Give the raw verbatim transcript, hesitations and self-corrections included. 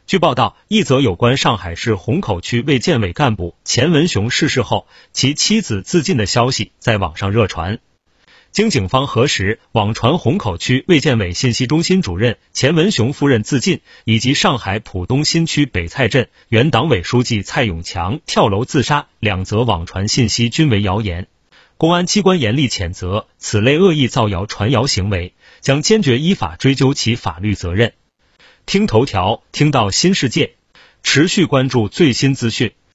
据报道，一则有关上海市虹口区卫健委干部钱文雄逝世后，其妻子自尽的消息在网上热传。经警方核实，网传虹口区卫健委信息中心主任钱文雄夫人自尽，以及上海浦东新区北蔡镇原党委书记蔡永强跳楼自杀两则网传信息均为谣言。公安机关严厉谴责此类恶意造谣传谣行为，将坚决依法追究其法律责任。听头条，听到新世界，持续关注最新资讯。